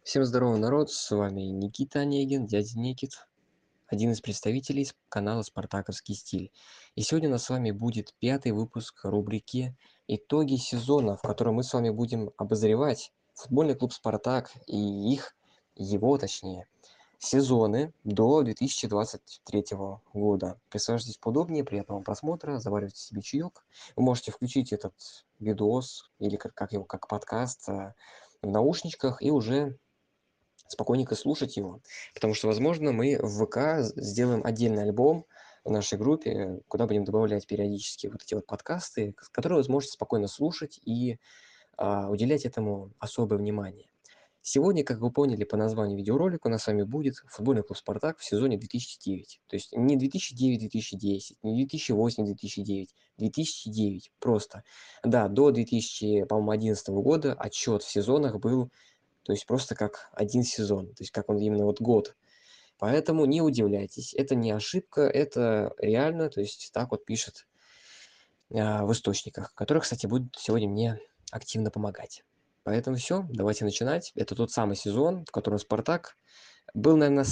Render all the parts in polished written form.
Всем здорово, народ! С вами Никита Онегин, дядя Никит, один из представителей канала «Спартаковский стиль». И сегодня у нас с вами будет пятый выпуск рубрики «Итоги сезона», в котором мы с вами будем обозревать футбольный клуб «Спартак» и его точнее, сезоны до 2023 года. Присаживайтесь поудобнее, приятного просмотра, заваривайте себе чаек. Вы можете включить этот видос или как подкаст в наушничках и уже спокойненько слушать его. Потому что, возможно, мы в ВК сделаем отдельный альбом в нашей группе, куда будем добавлять периодически вот эти вот подкасты, которые вы сможете спокойно слушать и уделять этому особое внимание. Сегодня, как вы поняли по названию видеоролика, у нас с вами будет футбольный клуб «Спартак» в сезоне 2009. То есть не 2009-2010, не 2008-2009, 2009 просто. Да, до 2011 года отчет в сезонах был, то есть просто как один сезон, то есть как он именно вот год. Поэтому не удивляйтесь, это не ошибка, это реально, то есть так вот пишет в источниках, которые, кстати, будут сегодня мне активно помогать. Поэтому все, давайте начинать. Это тот самый сезон, в котором «Спартак» был, наверное,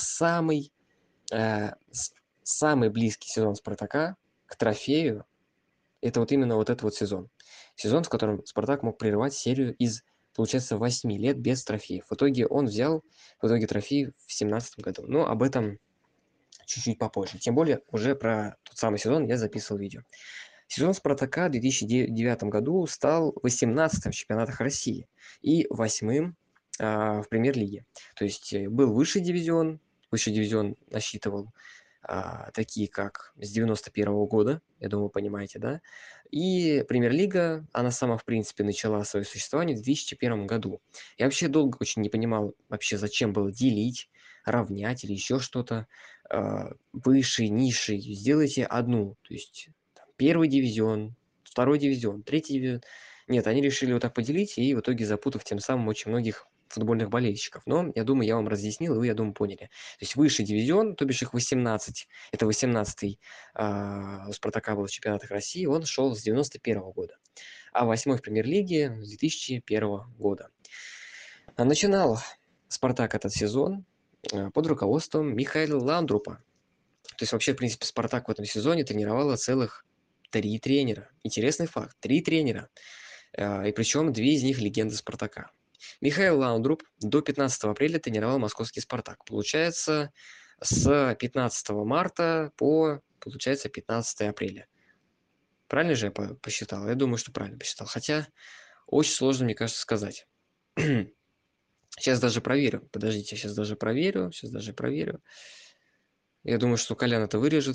самый близкий сезон «Спартака» к трофею. Это вот именно вот этот вот сезон. Сезон, в котором «Спартак» мог прервать серию из, получается, 8 лет без трофеев. В итоге он взял трофей в 2017 году. Но об этом чуть-чуть попозже. Тем более уже про тот самый сезон я записывал видео. Сезон «Спартака» в 2009 году стал 18-м в чемпионатах России и 8-м в премьер-лиге. То есть был высший дивизион насчитывал такие как с 91 года, я думаю, понимаете, да? И премьер-лига, она сама, в принципе, начала свое существование в 2001 году. Я вообще долго очень не понимал, вообще зачем было делить, равнять или еще что-то. Выше, низший, сделайте одну. То есть там, первый дивизион, второй дивизион, третий дивизион. Нет, они решили вот так поделить и в итоге запутав тем самым очень многих футбольных болельщиков. Но я думаю, я вам разъяснил, и вы, я думаю, поняли. То есть высший дивизион, то бишь их 18, это 18-й у «Спартака» был в чемпионатах России, он шел с 91 года, а 8-й в премьер-лиге с 2001 года. Начинал «Спартак» этот сезон под руководством Михаила Ландрупа. То есть вообще, в принципе, «Спартак» в этом сезоне тренировало целых 3 тренера. Интересный факт, 3 тренера. И причем 2 из них легенды «Спартака». Михаил Лаундруп до 15 апреля тренировал московский «Спартак». Получается, с 15 марта по, получается, 15 апреля. Правильно же я посчитал? Я думаю, что правильно посчитал. Хотя очень сложно, мне кажется, сказать. Сейчас даже проверю. Подождите, сейчас даже проверю. Сейчас даже проверю. Я думаю, что Колян это вырежет.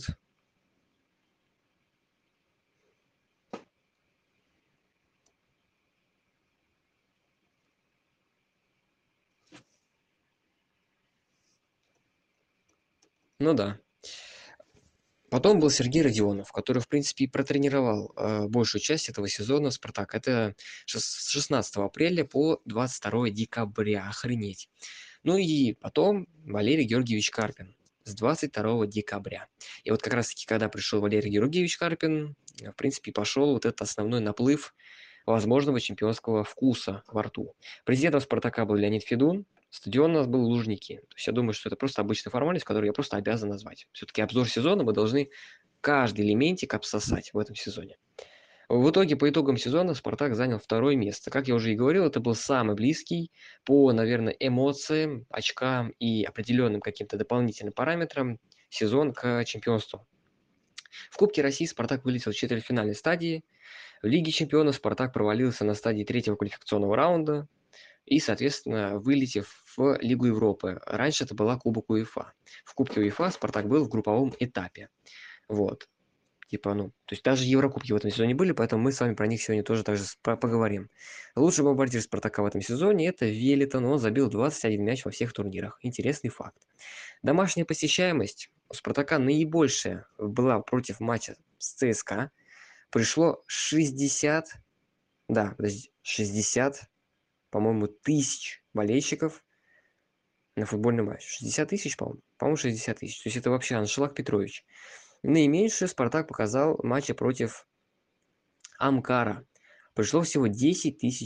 Ну да. Потом был Сергей Родионов, который, в принципе, и протренировал большую часть этого сезона «Спартак». Это с 16 апреля по 22 декабря. Охренеть. Ну и потом Валерий Георгиевич Карпин с 22 декабря. И вот как раз-таки, когда пришел Валерий Георгиевич Карпин, в принципе, пошел вот этот основной наплыв возможного чемпионского вкуса во рту. Президентом «Спартака» был Леонид Федун, стадион у нас был Лужники. То есть я думаю, что это просто обычная формальность, которую я просто обязан назвать. Все-таки обзор сезона мы должны каждый элементик обсосать в этом сезоне. В итоге, по итогам сезона, «Спартак» занял второе место. Как я уже и говорил, это был самый близкий по, наверное, эмоциям, очкам и определенным каким-то дополнительным параметрам сезон к чемпионству. В Кубке России «Спартак» вылетел в четвертьфинальной стадии. В Лиге чемпионов «Спартак» провалился на стадии третьего квалификационного раунда и, соответственно, вылетев в Лигу Европы. Раньше это была Кубок УЕФА. В Кубке УЕФА «Спартак» был в групповом этапе. Вот. Типа, ну, то есть даже Еврокубки в этом сезоне были, поэтому мы с вами про них сегодня тоже также поговорим. Лучший бомбардир «Спартака» в этом сезоне – это Велитон. Он забил 21 мяч во всех турнирах. Интересный факт. Домашняя посещаемость у «Спартака» наибольшая была против матча с ЦСКА. Пришло 60, да, подожди, 60, по-моему, тысяч болельщиков на футбольный матч. 60 тысяч, по-моему? По-моему, 60 тысяч. То есть это вообще Аншелаг Петрович. Наименьшее «Спартак» показал в матче против Амкара. Пришло всего 10 тысяч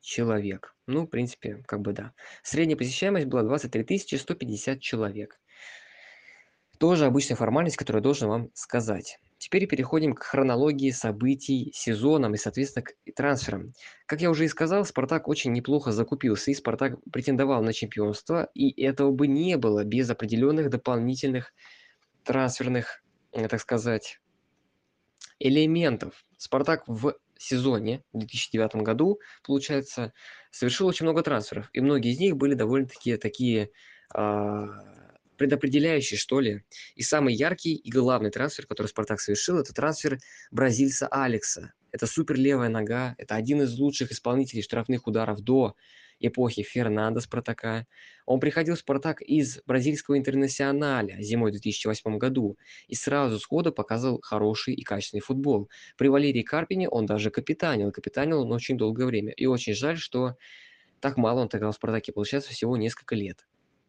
человек. Ну, в принципе, как бы да. Средняя посещаемость была 23 150 человек. Тоже обычная формальность, которую я должен вам сказать. Теперь переходим к хронологии событий, сезонам и, соответственно, к трансферам. Как я уже и сказал, «Спартак» очень неплохо закупился, и «Спартак» претендовал на чемпионство, и этого бы не было без определенных дополнительных трансферных, так сказать, элементов. «Спартак» в сезоне в 2009 году, получается, совершил очень много трансферов, и многие из них были довольно-таки такие предопределяющие, что ли. И самый яркий и главный трансфер, который «Спартак» совершил, это трансфер бразильца Алекса. Это супер левая нога, это один из лучших исполнителей штрафных ударов до эпохи Фернандо Спартака. Он приходил в «Спартак» из бразильского «Интернационаля» зимой в 2008 году и сразу сходу показывал хороший и качественный футбол. При Валерии Карпине он даже капитанил он очень долгое время. И очень жаль, что так мало он играл в «Спартаке», получается, всего несколько лет.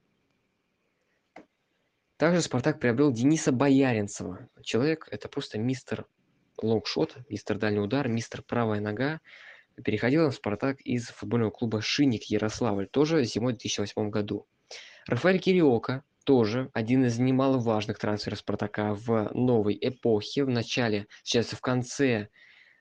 Также «Спартак» приобрел Дениса Бояринцева. Человек – это просто мистер лонгшот, мистер дальний удар, мистер правая нога. Переходил он в «Спартак» из футбольного клуба «Шинник» Ярославль, тоже зимой в 2008 году. Рафаэль Кириока, тоже один из немаловажных трансферов «Спартака» в новой эпохе, сейчас в конце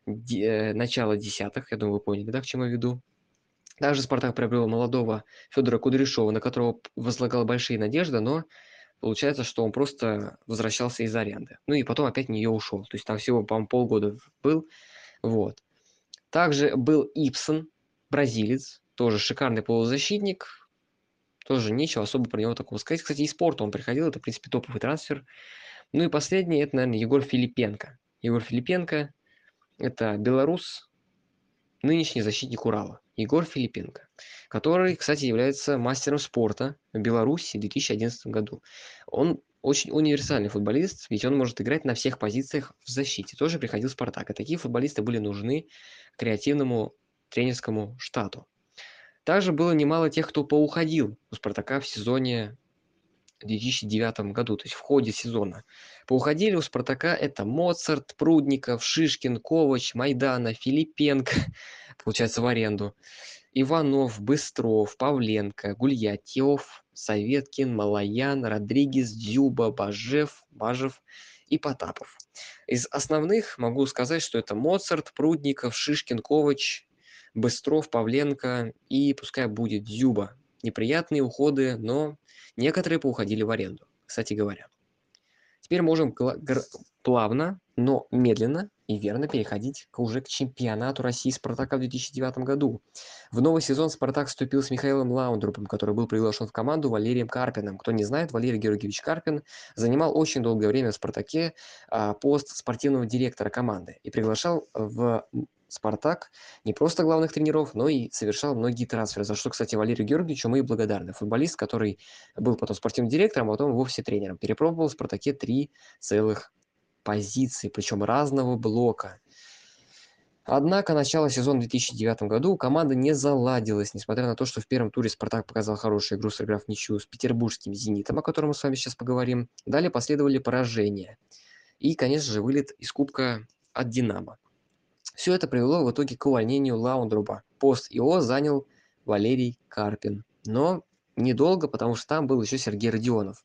начала десятых, я думаю, вы поняли, да, к чему я веду. Также «Спартак» приобрел молодого Федора Кудряшова, на которого возлагал большие надежды, но получается, что он просто возвращался из аренды. Ну и потом опять в нее ушел. То есть там всего, по-моему, полгода был. Вот. Также был Ипсон, бразилец, тоже шикарный полузащитник. Тоже нечего особо про него такого сказать. Кстати, из спорта он приходил, это, в принципе, топовый трансфер. Ну и последний, это, наверное, Егор Филипенко. Егор Филипенко – это белорус, нынешний защитник Урала. Егор Филипенко, который, кстати, является мастером спорта в Беларуси в 2011 году. Он очень универсальный футболист, ведь он может играть на всех позициях в защите. Тоже приходил в «Спартак». И такие футболисты были нужны креативному тренерскому штату. Также было немало тех, кто поуходил у «Спартака» в сезоне в 2009 году, то есть в ходе сезона. Поуходили у «Спартака» это Моцарт, Прудников, Шишкин, Ковач, Майдана, Филипенко, получается, в аренду. Иванов, Быстров, Павленко, Гульятьев, Советкин, Малаян, Родригес, Дзюба, Бажев и Потапов. Из основных могу сказать, что это Моцарт, Прудников, Шишкин, Ковач, Быстров, Павленко и пускай будет Дзюба. Неприятные уходы, но некоторые поуходили в аренду, кстати говоря. Теперь можем плавно, но медленно и верно переходить уже к чемпионату России «Спартака» в 2009 году. В новый сезон «Спартак» вступил с Михаилом Лаундрупом, который был приглашен в команду Валерием Карпиным. Кто не знает, Валерий Георгиевич Карпин занимал очень долгое время в «Спартаке» пост спортивного директора команды и приглашал в «Спартак» не просто главных тренеров, но и совершал многие трансферы, за что, кстати, Валерию Георгиевичу мы и благодарны. Футболист, который был потом спортивным директором, а потом вовсе тренером. Перепробовал в «Спартаке» 3 целых позиций, причем разного блока. Однако начало сезона в 2009 году у команды не заладилось, несмотря на то, что в первом туре «Спартак» показал хорошую игру, сыграв ничью с петербургским «Зенитом», о котором мы с вами сейчас поговорим. Далее последовали поражения. И, конечно же, вылет из Кубка от «Динамо». Все это привело в итоге к увольнению Лаундруба. Пост ИО занял Валерий Карпин. Но недолго, потому что там был еще Сергей Родионов.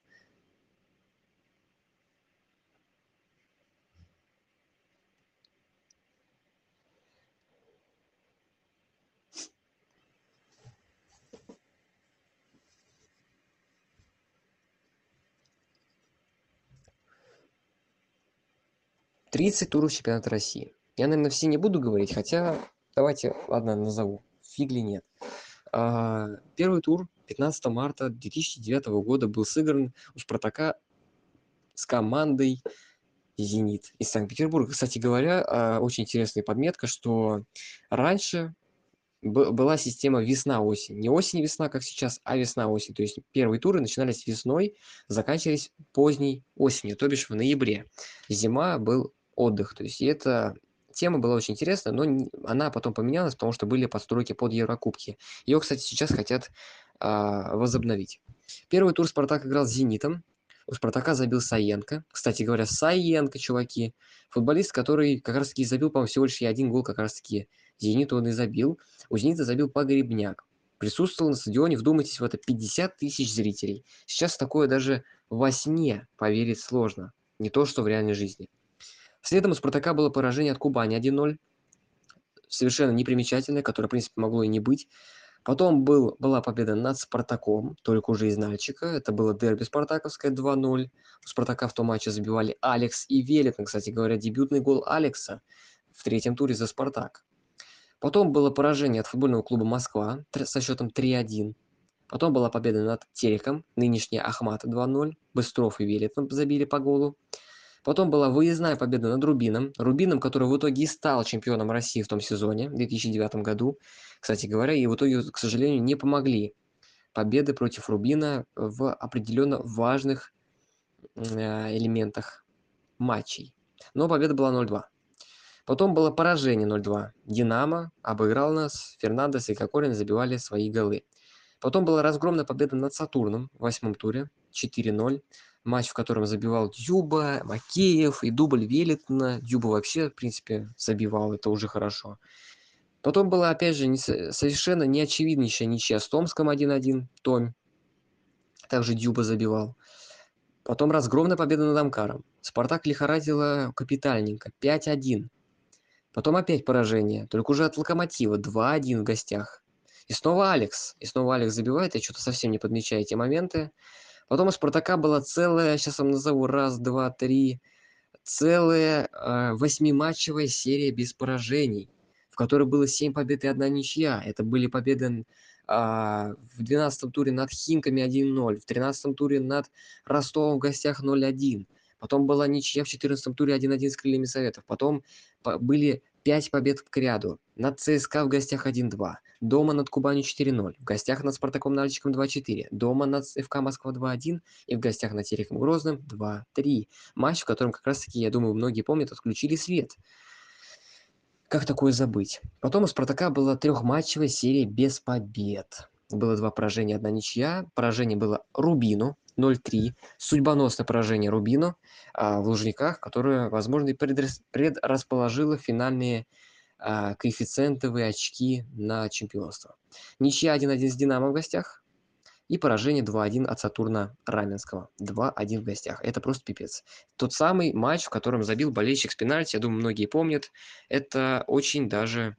«30 туров чемпионата России». Я, наверное, все не буду говорить, хотя давайте, ладно, назову. Фиг ли нет. Первый тур 15 марта 2009 года был сыгран у «Спартака» с командой «Зенит» из Санкт-Петербурга. Кстати говоря, очень интересная подметка, что раньше была система весна-осень. Не осень-весна, как сейчас, а весна-осень. То есть первые туры начинались весной, заканчивались поздней осенью, то бишь в ноябре. Зима был отдых. То есть и эта тема была очень интересная, но она потом поменялась, потому что были подстройки под Еврокубки. Ее, кстати, сейчас хотят возобновить. Первый тур «Спартак» играл с «Зенитом». У «Спартака» забил Саенко. Кстати говоря, Саенко, чуваки. Футболист, который как раз-таки забил, по-моему, всего лишь один гол как раз-таки «Зениту» он и забил. У «Зенита» забил Погребняк. Присутствовал на стадионе, вдумайтесь в это, 50 тысяч зрителей. Сейчас такое даже во сне поверить сложно. Не то, что в реальной жизни. Следом у «Спартака» было поражение от «Кубани» 1-0. Совершенно непримечательное, которое, в принципе, могло и не быть. Потом была победа над «Спартаком», только уже из Нальчика. Это было дерби спартаковское 2-0. У «Спартака» в том матче забивали Алекс и Велетон. Кстати говоря, дебютный гол Алекса в третьем туре за «Спартак». Потом было поражение от футбольного клуба «Москва» со счетом 3-1. Потом была победа над Тереком, нынешний Ахмат 2-0. Быстров и Велетон забили по голу. Потом была выездная победа над Рубином. Рубином, который в итоге и стал чемпионом России в том сезоне, в 2009 году. Кстати говоря, и в итоге, к сожалению, не помогли победы против Рубина в определенно важных элементах матчей. Но победа была 0-2. Потом было поражение 0-2. «Динамо» обыграл нас, Фернандес и Кокорин забивали свои голы. Потом была разгромная победа над «Сатурном» в 8-м туре 4-0. Матч, в котором забивал Дюба, Макеев и дубль Велетона. Дюба вообще, в принципе, забивал, это уже хорошо. Потом была, опять же, совершенно неочевиднейшая ничья с Томском 1-1. Томь. Также Дюба забивал. Потом разгромная победа над Амкаром. «Спартак» лихорадила капитальненько 5-1. Потом опять поражение, только уже от «Локомотива» 2-1 в гостях. И снова Алекс. И снова Алекс забивает, я что-то совсем не подмечаю эти моменты. Потом у «Спартака» была целая, сейчас вам назову, раз, два, три, целая восьмиматчевая серия без поражений, в которой было 7 побед и 1 ничья. Это были победы в 12-м туре над Химками 1-0, в 13-м туре над Ростовом в гостях 0-1. Потом была ничья в 14-м туре 1-1 с Крыльями Советов. Потом были 5 побед к ряду. Над ЦСКА в гостях 1-2. Дома над Кубанью 4-0. В гостях над Спартаком Нальчиком 2-4. Дома над ФК Москва 2-1. И в гостях над Тереком Грозным 2-3. Матч, в котором как раз-таки, я думаю, многие помнят, отключили свет. Как такое забыть? Потом у «Спартака» была трехматчевая серия без побед. Было 2 поражения, 1 ничья. Поражение было Рубину 0-3. Судьбоносное поражение Рубину в Лужниках, которое, возможно, и предрасположило финальные коэффициентовые очки на чемпионство. Ничья 1-1 с «Динамо» в гостях. И поражение 2-1 от «Сатурна» Раменского. 2-1 в гостях. Это просто пипец. Тот самый матч, в котором забил болельщик с пенальти, я думаю, многие помнят. Это очень даже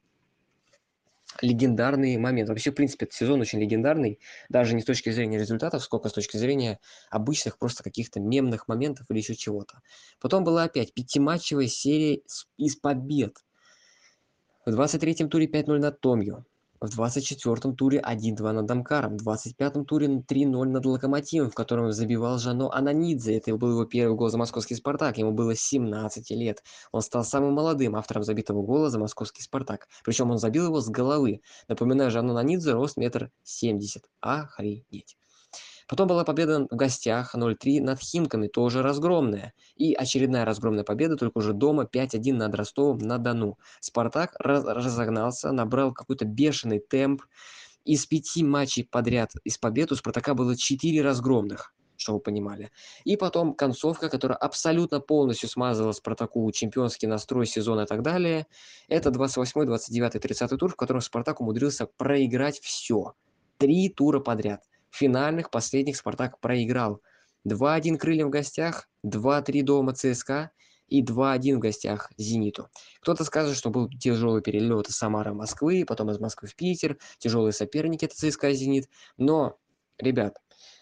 легендарный момент. Вообще, в принципе, этот сезон очень легендарный. Даже не с точки зрения результатов, сколько с точки зрения обычных просто каких-то мемных моментов или еще чего-то. Потом была опять пятиматчевая серия из побед. В 23-м туре 5-0 над Томью. В 24-м туре 1-2 над Амкаром. В 25-м туре 3-0 над Локомотивом, в котором забивал Жано Ананидзе. Это был его первый гол за московский «Спартак». Ему было 17 лет. Он стал самым молодым автором забитого гола за московский «Спартак». Причем он забил его с головы. Напоминаю, Жано Ананидзе рост 1,70 м. Охренеть. Потом была победа в гостях 0-3 над Химками, тоже разгромная. И очередная разгромная победа, только уже дома 5-1 над Ростовом-на-Дону. «Спартак» разогнался, набрал какой-то бешеный темп. Из 5 матчей подряд из побед у «Спартака» было 4 разгромных, чтобы вы понимали. И потом концовка, которая абсолютно полностью смазала «Спартаку» чемпионский настрой сезона и так далее. Это 28-й, 29-й, 30-й тур, в котором «Спартак» умудрился проиграть все. 3 тура подряд. Финальных, последних «Спартак» проиграл. 2-1 Крыльям в гостях, 2-3 дома ЦСКА и 2-1 в гостях «Зениту». Кто-то скажет, что был тяжелый перелет из Самары в Москвы, потом из Москвы в Питер, тяжелые соперники — это ЦСКА и «Зенит». Но, ребят,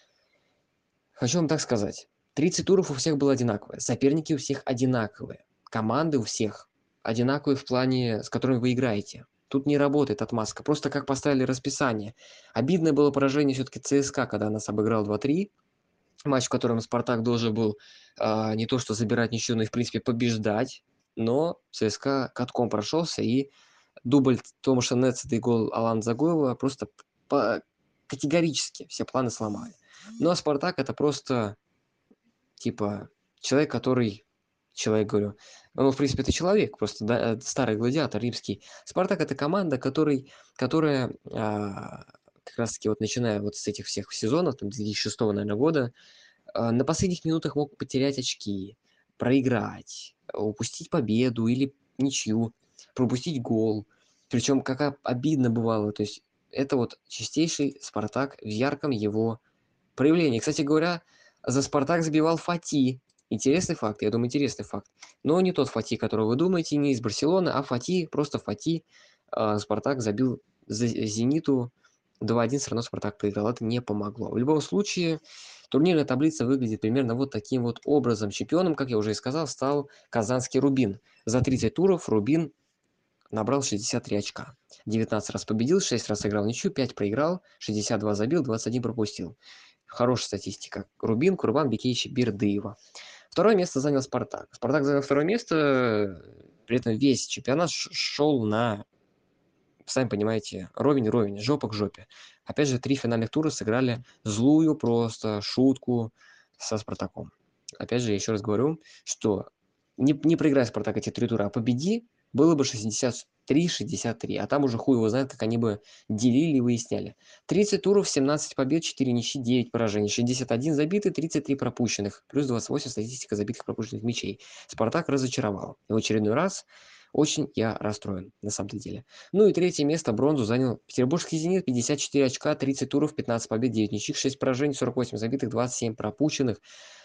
хочу вам так сказать. 30 туров у всех было одинаковое, соперники у всех одинаковые, команды у всех одинаковые в плане, с которыми вы играете. Тут не работает отмазка, просто как поставили расписание. Обидное было поражение все-таки ЦСКА, когда нас обыграл 2-3. Матч, в котором «Спартак» должен был не то что забирать ничью, но и в принципе побеждать. Но ЦСКА катком прошелся, и дубль Томаша Нецета и гол Алана Загоева просто категорически все планы сломали. Ну а «Спартак» — это просто типа человек, который... Человек, говорю. Ну, в принципе, это человек, просто да, старый гладиатор римский. «Спартак» — это команда, которая как раз-таки вот начиная вот с этих всех сезонов, там, 2006, наверное, года, на последних минутах мог потерять очки, проиграть, упустить победу или ничью, пропустить гол. Причем как обидно бывало. То есть это вот чистейший Спартак в ярком его проявлении. Кстати говоря, за Спартак забивал Фати. Интересный факт, я думаю, интересный факт. Но не тот Фати, которого вы думаете, не из Барселоны, а Фати, просто Фати. Спартак забил за Зениту 2-1, все равно Спартак проиграл. Это не помогло. В любом случае, турнирная таблица выглядит примерно вот таким вот образом. Чемпионом, как я уже и сказал, стал казанский Рубин. За 30 туров Рубин набрал 63 очка. 19 раз победил, 6 раз сыграл ничью, 5 проиграл, 62 забил, 21 пропустил. Хорошая статистика. Рубин, Курбан, Бекеевич, Бердыева. Второе место занял Спартак. Спартак занял второе место, при этом весь чемпионат шел на, сами понимаете, ровень-ровень, жопа к жопе. Опять же, 3 финальных тура сыграли злую просто шутку со Спартаком. Опять же, еще раз говорю, что не проиграй Спартак эти 3 тура, а победи, было бы 63-63, а там уже хуй его знает, как они бы делили и выясняли. 30 туров, 17 побед, 4 ничьи, 9 поражений, 61 забитый, 33 пропущенных, плюс 28 статистика забитых пропущенных мячей. Спартак разочаровал. И в очередной раз очень я расстроен, на самом деле. Ну и третье место, бронзу, занял петербургский «Зенит», 54 очка, 30 туров, 15 побед, 9 ничьих, 6 поражений, 48 забитых, 27 пропущенных.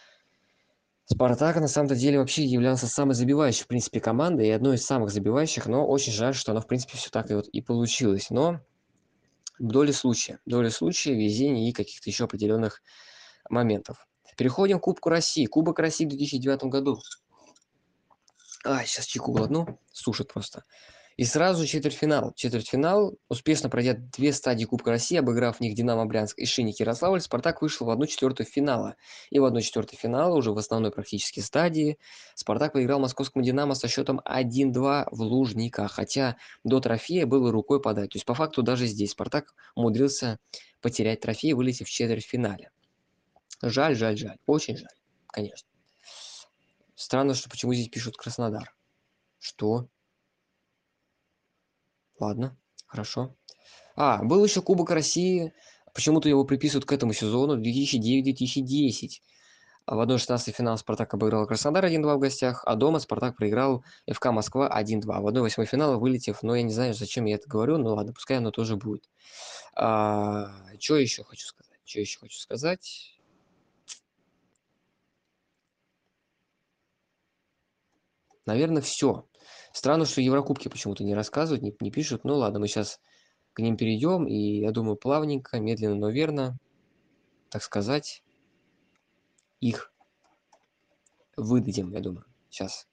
Спартак на самом-то деле вообще являлся самой забивающей, в принципе, командой и одной из самых забивающих, но очень жаль, что оно, в принципе, все так и получилось. Но доля случая, везения и каких-то еще определенных моментов. Переходим к Кубку России. Кубок России в 2009 году. Сейчас чайку глотну, сушит просто. И сразу четвертьфинал. Четвертьфинал, успешно пройдя 2 стадии Кубка России, обыграв в них Динамо Брянск и Шинник Ярославль, Спартак вышел в 1/4 финала. И в 1/4 финала, уже в основной практически стадии, Спартак проиграл московскому Динамо со счетом 1-2 в Лужниках. Хотя до трофея было рукой подать. То есть по факту даже здесь Спартак умудрился потерять трофей, вылетев в четвертьфинале. Жаль, жаль, жаль. Очень жаль, конечно. Странно, что почему здесь пишут Краснодар. Что? Ладно, хорошо. Был еще Кубок России. Почему-то его приписывают к этому сезону, 2009-2010. В 1/16 финал Спартак обыграл Краснодар 1-2 в гостях, а дома Спартак проиграл ФК Москва 1-2. В 1/8 финала вылетев, но я не знаю, зачем я это говорю, но ладно, пускай оно тоже будет. Что еще хочу сказать? Что еще хочу сказать? Наверное, все. Странно, что Еврокубки почему-то не рассказывают, не пишут. Ну ладно, мы сейчас к ним перейдем, и я думаю, плавненько, медленно, но верно, так сказать, их выдадим, я думаю. Сейчас.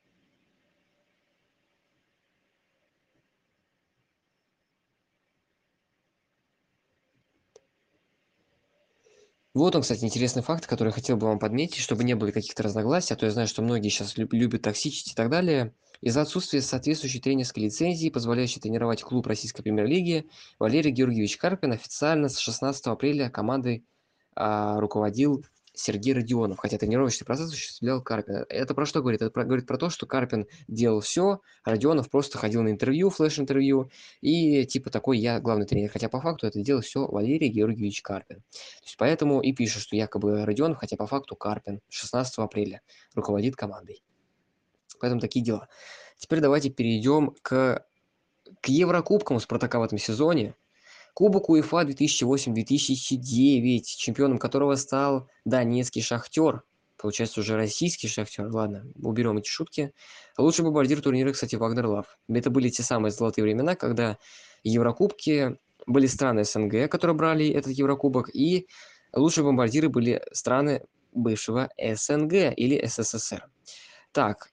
Вот он, кстати, интересный факт, который я хотел бы вам подметить, чтобы не было каких-то разногласий, а то я знаю, что многие сейчас любят токсичить и так далее. Из-за отсутствия соответствующей тренерской лицензии, позволяющей тренировать клуб российской премьер-лиги, Валерий Георгиевич Карпин официально с 16 апреля командой руководил Сергей Родионов, хотя тренировочный процесс осуществлял Карпин. Это про что говорит? Это говорит про то, что Карпин делал все, а Родионов просто ходил на интервью, флеш-интервью, и типа такой я главный тренер. Хотя по факту это делал все Валерий Георгиевич Карпин. То есть поэтому и пишут, что якобы Родионов, хотя по факту Карпин 16 апреля руководит командой. Поэтому такие дела. Теперь давайте перейдем к Еврокубкам у Спартака в этом сезоне. Кубок УЕФА 2008-2009, чемпионом которого стал донецкий «Шахтер». Получается, уже российский «Шахтер». Ладно, уберем эти шутки. Лучший бомбардир турнира, кстати, Вагнер Лав. Это были те самые золотые времена, когда Еврокубки были страны СНГ, которые брали этот Еврокубок, и лучшие бомбардиры были страны бывшего СНГ или СССР. Так,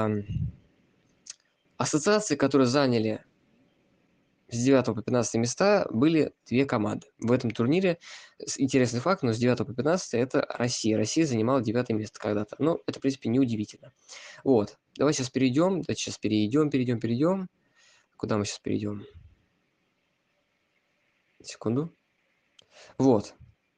ассоциации, которые заняли с 9 по 15 места были 2 команды. В этом турнире, интересный факт, но с 9 по 15 это Россия. Россия занимала 9 место когда-то. Но это, в принципе, неудивительно. Вот. Давайте сейчас перейдем. Куда мы сейчас перейдем? Секунду. Вот.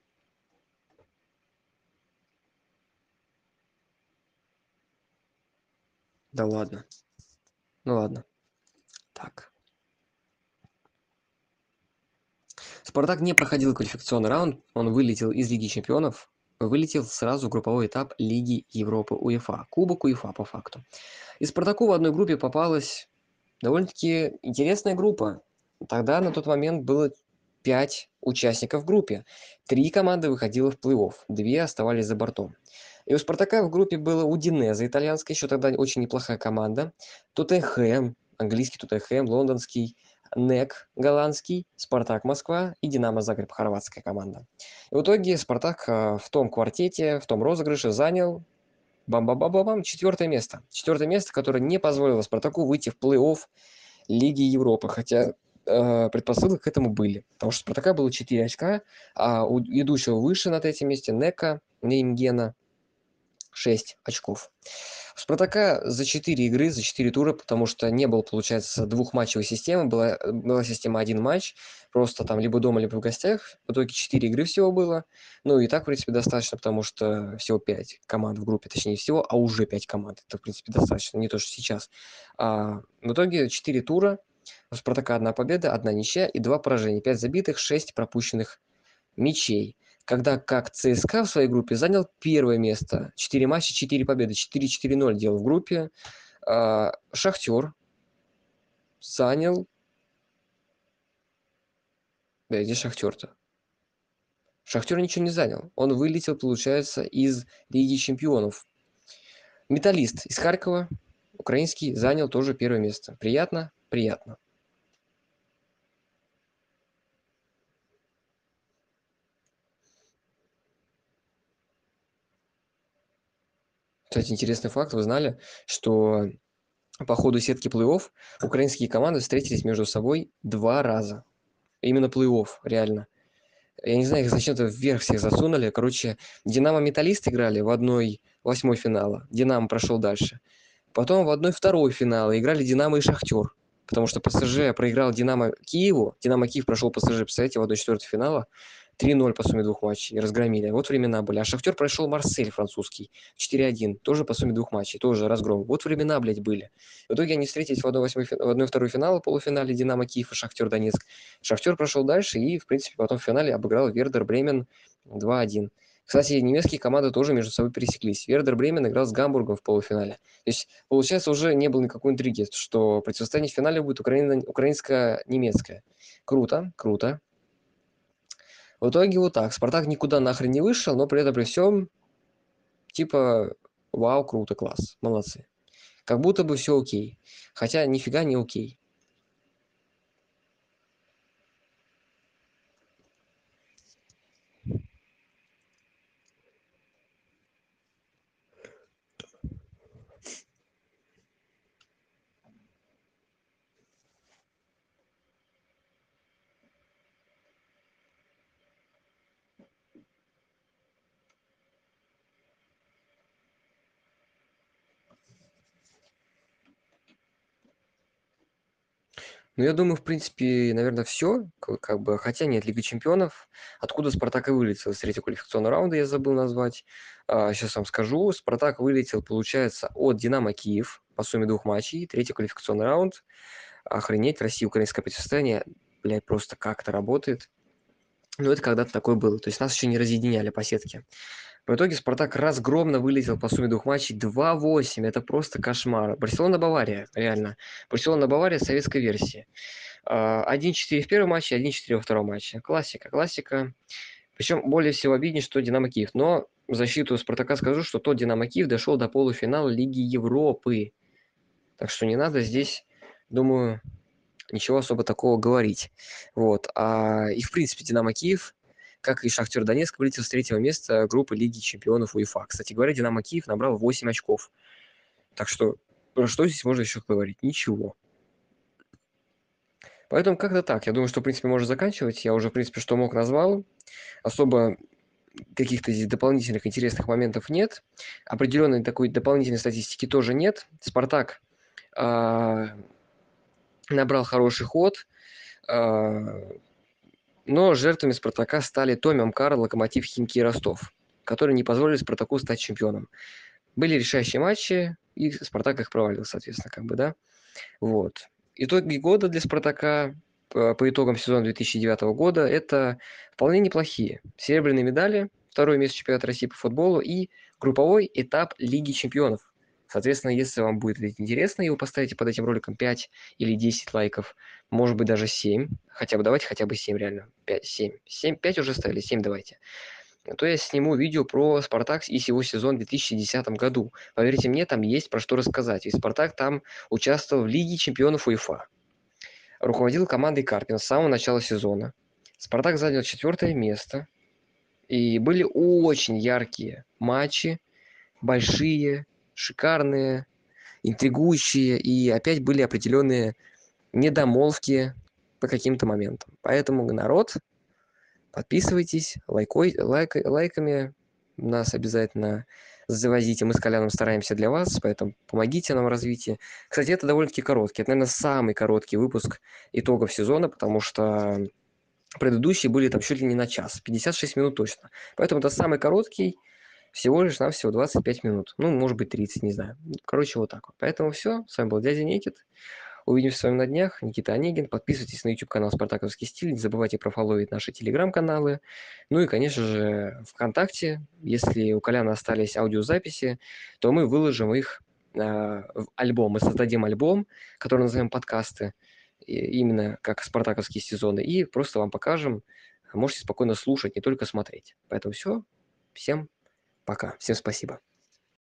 Да ладно. Ну ладно. Так. Спартак не проходил квалификационный раунд. Он вылетел из Лиги чемпионов. Вылетел сразу в групповой этап Лиги Европы УЕФА. Кубок УЕФА по факту. И Спартаку в одной группе попалась довольно-таки интересная группа. Тогда на тот момент было 5 участников в группе. 3 команды выходило в плей-офф, 2 оставались за бортом. И у «Спартака» в группе было Удинезе итальянская, еще тогда очень неплохая команда, Тоттенхэм, английский Тоттенхэм, лондонский НЭК голландский, «Спартак» Москва и «Динамо Загреб» хорватская команда. И в итоге «Спартак» в том квартете, в том розыгрыше занял бам-бам-бам-бам, 4 место. 4 место, которое не позволило «Спартаку» выйти в плей-офф Лиги Европы, хотя предпосылки к этому были. Потому что у «Спартака» было 4 очка, а у идущего выше на третьем месте НЭКа, Неймгена, 6 очков. У «Спартака» за 4 игры, за 4 тура, потому что не было, получается, двухматчевой системы, была система один матч, просто там либо дома, либо в гостях. В итоге 4 игры всего было. Ну и так, в принципе, достаточно, потому что всего 5 команд в группе, точнее всего, а уже 5 команд. Это, в принципе, достаточно, не то, что сейчас. В итоге 4 тура. У «Спартака» 1 победа, 1 ничья и 2 поражения. 5 забитых, 6 пропущенных мячей. Когда как ЦСКА в своей группе занял первое место. 4 матча, 4 победы, 4-4-0 делал в группе. Шахтер занял... Да, где Шахтер-то? Шахтер ничего не занял. Он вылетел, получается, из Лиги Чемпионов. Металлист из Харькова, украинский, занял тоже первое место. Приятно? Приятно. Кстати, интересный факт. Вы знали, что по ходу сетки плей-офф украинские команды встретились между собой 2 раза. Именно плей-офф, реально. Я не знаю, их зачем-то вверх всех засунули. Короче, «Динамо-Металлист» играли в 1/8 финала. «Динамо» прошел дальше. Потом в 1/2 финала играли «Динамо» и «Шахтер». Потому что ПСЖ проиграл «Динамо» Киеву. «Динамо» Киев прошел ПСЖ, представляете, в 1/4 финала. 3-0 по сумме двух матчей. Разгромили. Вот времена были. А «Шахтер» прошел «Марсель» французский. 4-1. Тоже по сумме двух матчей. Тоже разгром. Вот времена, блядь, были. В итоге они встретились в 1/2 финала, полуфинале «Динамо» Киев и «Шахтер» Донецк. «Шахтер» прошел дальше и, в принципе, потом в финале обыграл «Вердер Бремен» 2-1. Кстати, немецкие команды тоже между собой пересеклись. «Вердер Бремен» играл с «Гамбургом» в полуфинале. То есть, получается, уже не было никакой интриги, что противостояние в финале будет украинско-немецкое. Круто, круто. В итоге вот так. «Спартак» никуда нахрен не вышел, но при этом при всем, типа, вау, круто, класс, молодцы. Как будто бы все окей. Хотя нифига не окей. Ну, я думаю, в принципе, наверное, все. Как бы, хотя нет, Лига чемпионов. Откуда «Спартак» и вылетел с третьего квалификационного раунда, я забыл назвать. Сейчас вам скажу. «Спартак» вылетел, получается, от «Динамо Киев» по сумме двух матчей. Третий квалификационный раунд. Охренеть, Россия-украинское противостояние. Блядь, просто как это работает. Ну, это когда-то такое было. То есть нас еще не разъединяли по сетке. В итоге «Спартак» разгромно вылетел по сумме двух матчей 2-8. Это просто кошмар. Барселона-Бавария, реально. Барселона-Бавария советской версии. 1-4 в первом матче, 1-4 во втором матче. Классика, классика. Причем более всего обиднее, что «Динамо Киев». Но в защиту «Спартака» скажу, что тот «Динамо Киев» дошел до полуфинала Лиги Европы. Так что не надо здесь, думаю, ничего особо такого говорить. Вот. И в принципе «Динамо Киев», как и «Шахтер Донецк», вылетел с третьего места группы Лиги чемпионов УЕФА. Кстати говоря, «Динамо Киев» набрал 8 очков. Так что про что здесь можно еще говорить? Ничего. Поэтому как-то так. Я думаю, что, в принципе, можно заканчивать. Я уже, в принципе, что мог, назвал. Особо каких-то здесь дополнительных интересных моментов нет. Определенной такой дополнительной статистики тоже нет. «Спартак» а, набрал хороший ход, а, но жертвами «Спартака» стали Томи Амкар, Локомотив, Химки и Ростов, которые не позволили «Спартаку» стать чемпионом. Были решающие матчи, и «Спартак» их провалил, соответственно, как бы, да. Вот. Итоги года для «Спартака» по итогам сезона 2009 года – это вполне неплохие. Серебряные медали, второе место чемпионата России по футболу и групповой этап Лиги чемпионов. Соответственно, если вам будет это интересно, и вы поставите под этим роликом 5 или 10 лайков, может быть, даже 7, давайте хотя бы 7 реально, 5, 7, 7, 5 уже ставили, 7 давайте, то я сниму видео про «Спартак» и его сезон в 2010 году. Поверьте мне, там есть про что рассказать. Ведь «Спартак» там участвовал в Лиге чемпионов УЕФА. Руководил командой Карпин с самого начала сезона. «Спартак» занял 4-е место. И были очень яркие матчи, большие, шикарные, интригующие. И опять были определенные недомолвки по каким-то моментам. Поэтому, народ, подписывайтесь, лайками нас обязательно завозите. Мы с Коляном стараемся для вас, поэтому помогите нам в развитии. Кстати, это довольно-таки короткий. Это, наверное, самый короткий выпуск итогов сезона, потому что предыдущие были там чуть ли не на час. 56 минут точно. Поэтому это самый короткий, всего лишь навсего 25 минут. Ну, может быть, 30, не знаю. Короче, вот так вот. Поэтому все. С вами был дядя Никит. Увидимся с вами на днях. Никита Онегин. Подписывайтесь на YouTube-канал «Спартаковский стиль». Не забывайте профоловить наши телеграм-каналы. Ну и, конечно же, ВКонтакте. Если у Коляна остались аудиозаписи, то мы выложим их в альбом. Мы создадим альбом, который назовем «Подкасты», именно как «Спартаковские сезоны», и просто вам покажем. Можете спокойно слушать, не только смотреть. Поэтому все. Всем пока. Всем спасибо.